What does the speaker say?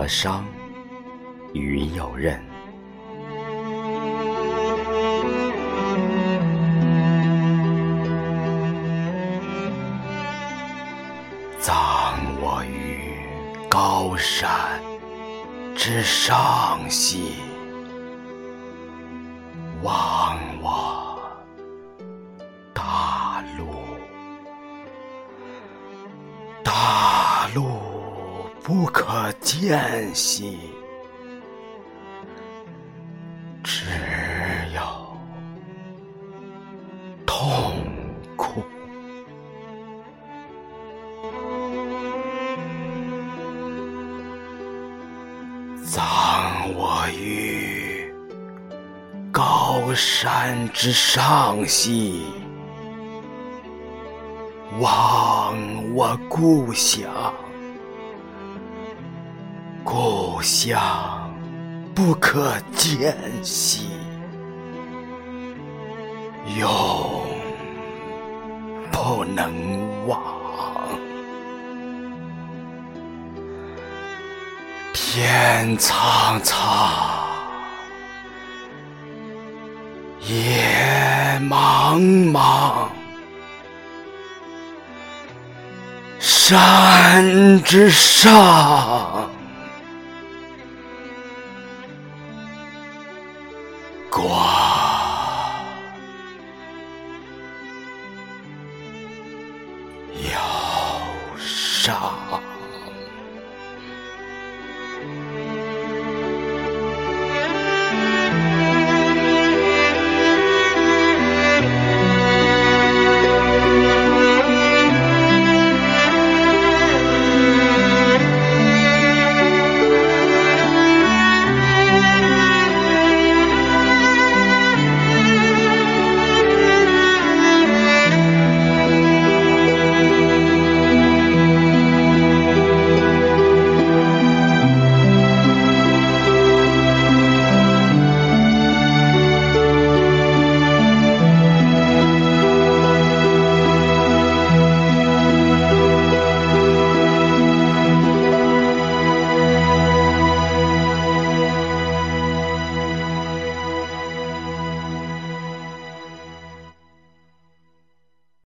商，云有任。葬我于高山之上兮，忘我大陆，大陆不可见兮，只有痛苦。葬我于高山之上兮，忘我故乡，故乡不可见兮，永不能忘。天苍苍，野茫茫，山之上，挂忧伤。